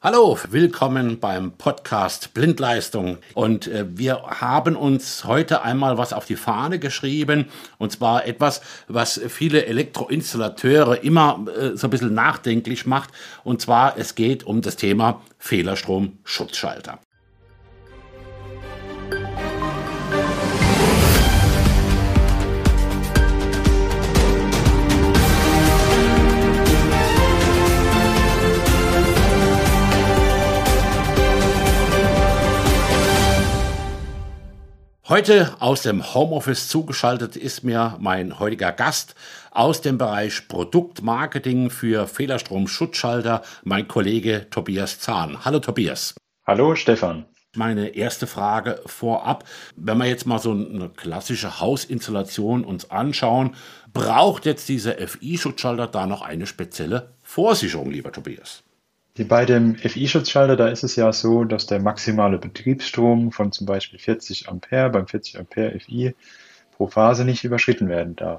Hallo, willkommen beim Podcast Blindleistung. Und wir haben uns heute einmal was auf die Fahne geschrieben. Und zwar etwas, was viele Elektroinstallateure immer so ein bisschen nachdenklich macht. Und zwar, es geht um das Thema Fehlerstrom-Schutzschalter. Heute aus dem Homeoffice zugeschaltet ist mir mein heutiger Gast aus dem Bereich Produktmarketing für Fehlerstrom-Schutzschalter, mein Kollege Tobias Zahn. Hallo Tobias. Hallo Stefan. Meine erste Frage vorab, wenn wir jetzt mal so eine klassische Hausinstallation uns anschauen, braucht jetzt dieser FI-Schutzschalter da noch eine spezielle Vorsicherung, lieber Tobias? Bei dem FI-Schutzschalter, da ist es ja so, dass der maximale Betriebsstrom von zum Beispiel 40 Ampere beim 40 Ampere FI pro Phase nicht überschritten werden darf.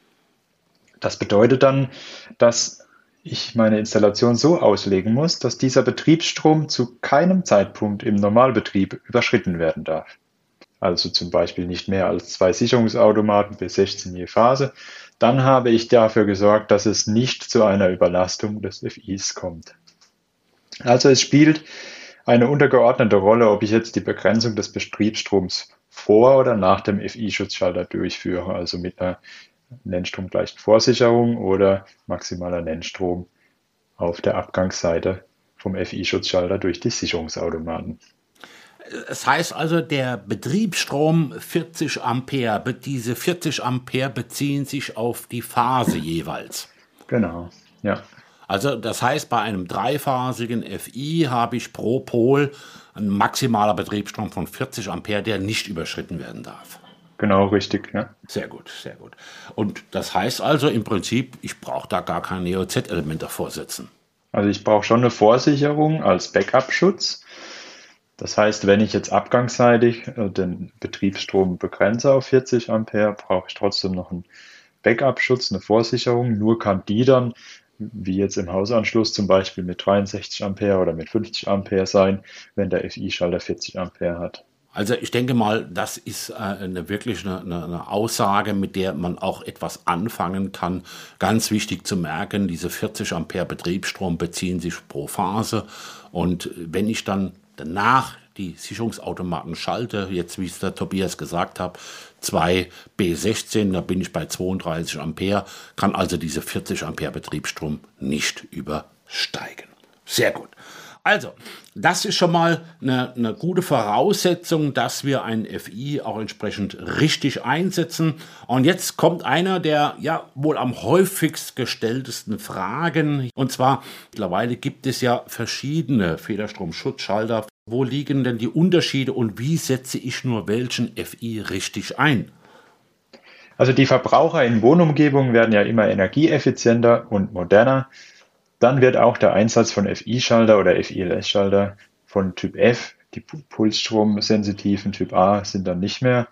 Das bedeutet dann, dass ich meine Installation so auslegen muss, dass dieser Betriebsstrom zu keinem Zeitpunkt im Normalbetrieb überschritten werden darf. Also zum Beispiel nicht mehr als 2 Sicherungsautomaten bis 16 je Phase. Dann habe ich dafür gesorgt, dass es nicht zu einer Überlastung des FIs kommt. Also es spielt eine untergeordnete Rolle, ob ich jetzt die Begrenzung des Betriebsstroms vor oder nach dem FI-Schutzschalter durchführe, also mit einer nennstromgleichen Vorsicherung oder maximaler Nennstrom auf der Abgangsseite vom FI-Schutzschalter durch die Sicherungsautomaten. Es heißt also, der Betriebsstrom 40 Ampere, diese 40 Ampere beziehen sich auf die Phase jeweils. Genau, ja. Also das heißt, bei einem dreiphasigen FI habe ich pro Pol ein maximaler Betriebsstrom von 40 Ampere, der nicht überschritten werden darf. Genau, richtig, ja. Sehr gut, sehr gut. Und das heißt also im Prinzip, ich brauche da gar kein EOZ-Element davor setzen. Also ich brauche schon eine Vorsicherung als Backup-Schutz. Das heißt, wenn ich jetzt abgangsseitig den Betriebsstrom begrenze auf 40 Ampere, brauche ich trotzdem noch einen Backup-Schutz, eine Vorsicherung. Nur kann die dann, wie jetzt im Hausanschluss zum Beispiel mit 63 Ampere oder mit 50 Ampere sein, wenn der FI-Schalter 40 Ampere hat. Also ich denke mal, das ist wirklich eine Aussage, mit der man auch etwas anfangen kann. Ganz wichtig zu merken, diese 40 Ampere Betriebsstrom beziehen sich pro Phase. Und wenn ich dann danach die Sicherungsautomaten schalte, jetzt wie es der Tobias gesagt hat, 2 B16, da bin ich bei 32 Ampere, kann also diese 40 Ampere Betriebsstrom nicht übersteigen. Sehr gut. Also, das ist schon mal eine gute Voraussetzung, dass wir ein FI auch entsprechend richtig einsetzen. Und jetzt kommt einer der ja wohl am häufigst gestelltesten Fragen. Und zwar, mittlerweile gibt es ja verschiedene Fehlerstrom-Schutzschalter. Wo liegen denn die Unterschiede und wie setze ich nur welchen FI richtig ein? Also die Verbraucher in Wohnumgebungen werden ja immer energieeffizienter und moderner. Dann wird auch der Einsatz von FI-Schalter oder FI-LS-Schalter von Typ F, die pulsstromsensitiven Typ A, sind dann nicht mehr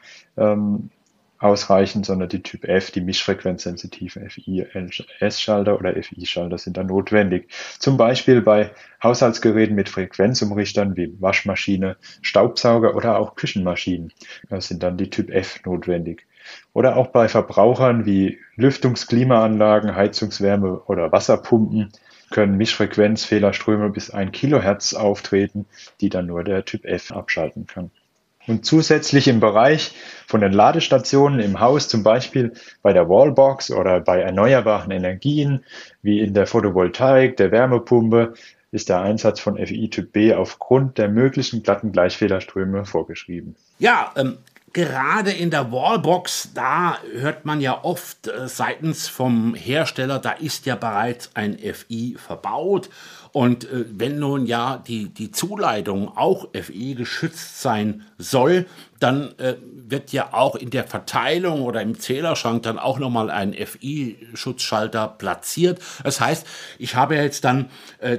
ausreichend, sondern die Typ F, die mischfrequenzsensitiven FI-LS-Schalter oder FI-Schalter sind dann notwendig. Zum Beispiel bei Haushaltsgeräten mit Frequenzumrichtern wie Waschmaschine, Staubsauger oder auch Küchenmaschinen sind dann die Typ F notwendig. Oder auch bei Verbrauchern wie Lüftungsklimaanlagen, Heizungswärme oder Wasserpumpen können Mischfrequenzfehlerströme bis 1 Kilohertz auftreten, die dann nur der Typ F abschalten kann. Und zusätzlich im Bereich von den Ladestationen im Haus, zum Beispiel bei der Wallbox oder bei erneuerbaren Energien, wie in der Photovoltaik, der Wärmepumpe, ist der Einsatz von FI Typ B aufgrund der möglichen glatten Gleichfehlerströme vorgeschrieben. Ja, gerade in der Wallbox, da hört man ja oft seitens vom Hersteller, da ist ja bereits ein FI verbaut. Und wenn nun ja die Zuleitung auch FI geschützt sein soll, dann wird ja auch in der Verteilung oder im Zählerschrank dann auch nochmal ein FI-Schutzschalter platziert. Das heißt, ich habe jetzt dann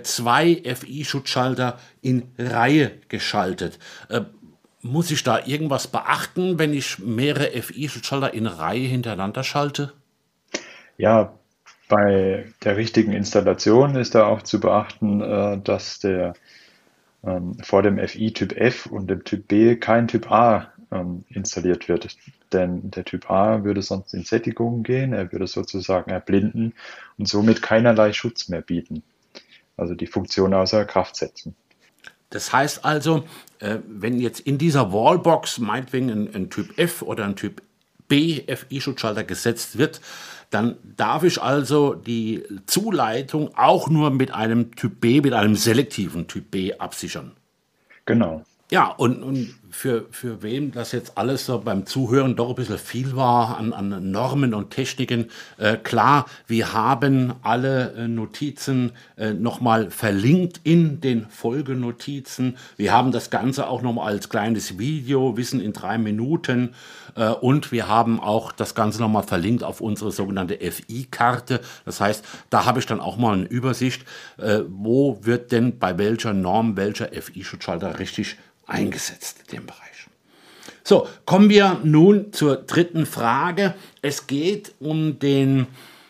2 FI-Schutzschalter in Reihe geschaltet. Muss ich da irgendwas beachten, wenn ich mehrere FI-Schutzschalter in Reihe hintereinander schalte? Ja, Bei der richtigen Installation ist da auch zu beachten, dass vor dem FI Typ F und dem Typ B kein Typ A installiert wird. Denn der Typ A würde sonst in Sättigung gehen, er würde sozusagen erblinden und somit keinerlei Schutz mehr bieten. Also die Funktion außer Kraft setzen. Das heißt also, wenn jetzt in dieser Wallbox meinetwegen ein Typ F oder ein Typ B FI-Schutzschalter gesetzt wird, dann darf ich also die Zuleitung auch nur mit einem Typ B, mit einem selektiven Typ B absichern. Genau. Ja, und für wen das jetzt alles so beim Zuhören doch ein bisschen viel war an Normen und Techniken, klar, wir haben alle Notizen nochmal verlinkt in den Folgenotizen. Wir haben das Ganze auch nochmal als kleines Video, Wissen in 3 Minuten. Und wir haben auch das Ganze nochmal verlinkt auf unsere sogenannte FI-Karte. Das heißt, da habe ich dann auch mal eine Übersicht, wo wird denn bei welcher Norm welcher FI-Schutzschalter richtig eingesetzt in dem Bereich. So, kommen wir nun zur dritten Frage. Es geht um den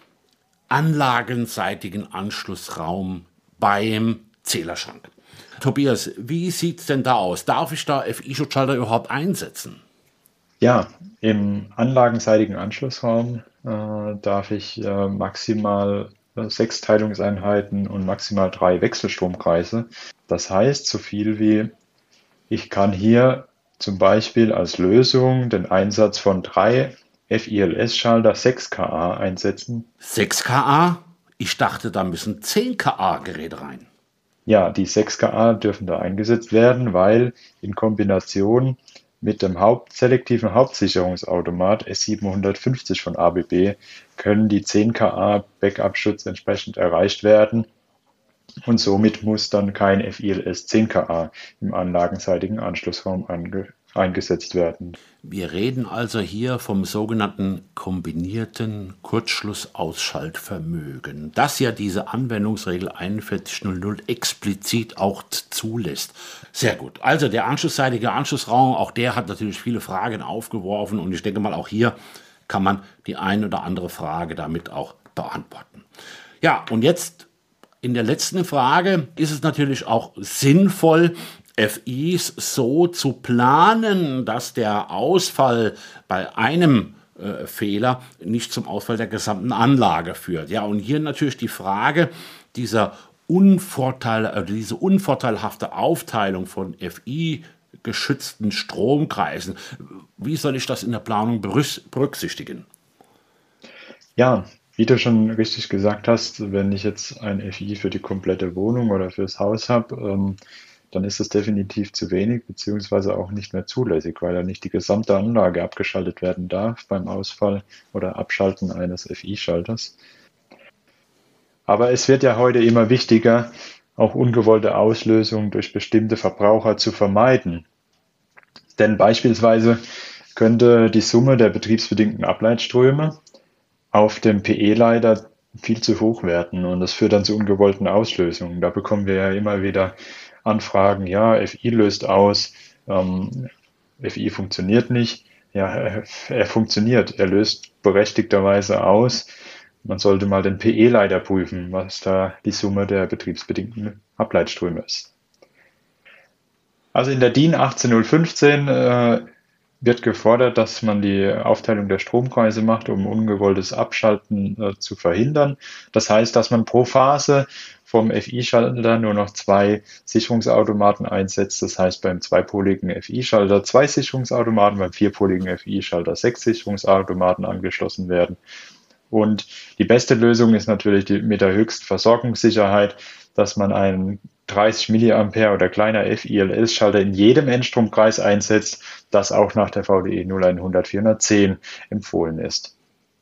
anlagenseitigen Anschlussraum beim Zählerschrank. Tobias, wie sieht es denn da aus? Darf ich da FI-Schutzschalter überhaupt einsetzen? Ja, im anlagenseitigen Anschlussraum darf ich maximal 6 Teilungseinheiten und maximal 3 Wechselstromkreise. Das heißt, so viel wie ich kann hier zum Beispiel als Lösung den Einsatz von 3 FILS-Schalter 6 kA einsetzen. 6 kA? Ich dachte, da müssen 10 kA-Geräte rein. Ja, die 6 kA dürfen da eingesetzt werden, weil in Kombination mit dem selektiven Hauptsicherungsautomat S750 von ABB können die 10 kA Backup-Schutz entsprechend erreicht werden. Und somit muss dann kein FILS 10 kA im anlagenseitigen Anschlussraum eingesetzt werden. Wir reden also hier vom sogenannten kombinierten Kurzschlussausschaltvermögen, das ja diese Anwendungsregel 4100 explizit auch zulässt. Sehr gut. Also der anschlussseitige Anschlussraum, auch der hat natürlich viele Fragen aufgeworfen und ich denke mal, auch hier kann man die ein oder andere Frage damit auch beantworten. Ja, und jetzt in der letzten Frage ist es natürlich auch sinnvoll, FIs so zu planen, dass der Ausfall bei einem Fehler nicht zum Ausfall der gesamten Anlage führt. Ja, und hier natürlich die Frage dieser diese unvorteilhafte Aufteilung von FI-geschützten Stromkreisen. Wie soll ich das in der Planung berücksichtigen? Ja, wie du schon richtig gesagt hast, wenn ich jetzt ein FI für die komplette Wohnung oder fürs Haus habe, dann ist das definitiv zu wenig, beziehungsweise auch nicht mehr zulässig, weil ja nicht die gesamte Anlage abgeschaltet werden darf beim Ausfall oder Abschalten eines FI-Schalters. Aber es wird ja heute immer wichtiger, auch ungewollte Auslösungen durch bestimmte Verbraucher zu vermeiden. Denn beispielsweise könnte die Summe der betriebsbedingten Ableitströme auf dem PE-Leiter viel zu hoch werden und das führt dann zu ungewollten Auslösungen. Da bekommen wir ja immer wieder Anfragen, ja, FI löst aus, FI funktioniert nicht. Ja, er funktioniert, er löst berechtigterweise aus. Man sollte mal den PE-Leiter prüfen, was da die Summe der betriebsbedingten Ableitströme ist. Also in der DIN 18015 wird gefordert, dass man die Aufteilung der Stromkreise macht, um ungewolltes Abschalten zu verhindern. Das heißt, dass man pro Phase vom FI-Schalter nur noch 2 Sicherungsautomaten einsetzt. Das heißt, beim zweipoligen FI-Schalter 2 Sicherungsautomaten, beim vierpoligen FI-Schalter 6 Sicherungsautomaten angeschlossen werden. Und die beste Lösung ist natürlich mit der höchsten Versorgungssicherheit, dass man einen 30 mA oder kleiner FILS-Schalter in jedem Endstromkreis einsetzt, das auch nach der VDE 0100-410 empfohlen ist.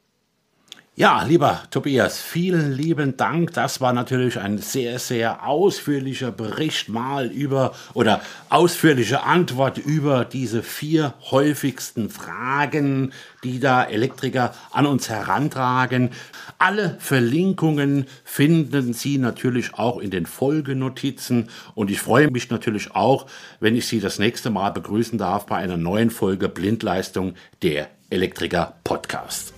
Ja, lieber Tobias, vielen lieben Dank. Das war natürlich ein sehr, sehr ausführlicher Bericht oder ausführliche Antwort über diese 4 häufigsten Fragen, die da Elektriker an uns herantragen. Alle Verlinkungen finden Sie natürlich auch in den Folgenotizen und ich freue mich natürlich auch, wenn ich Sie das nächste Mal begrüßen darf bei einer neuen Folge Blindleistung, der Elektriker Podcast.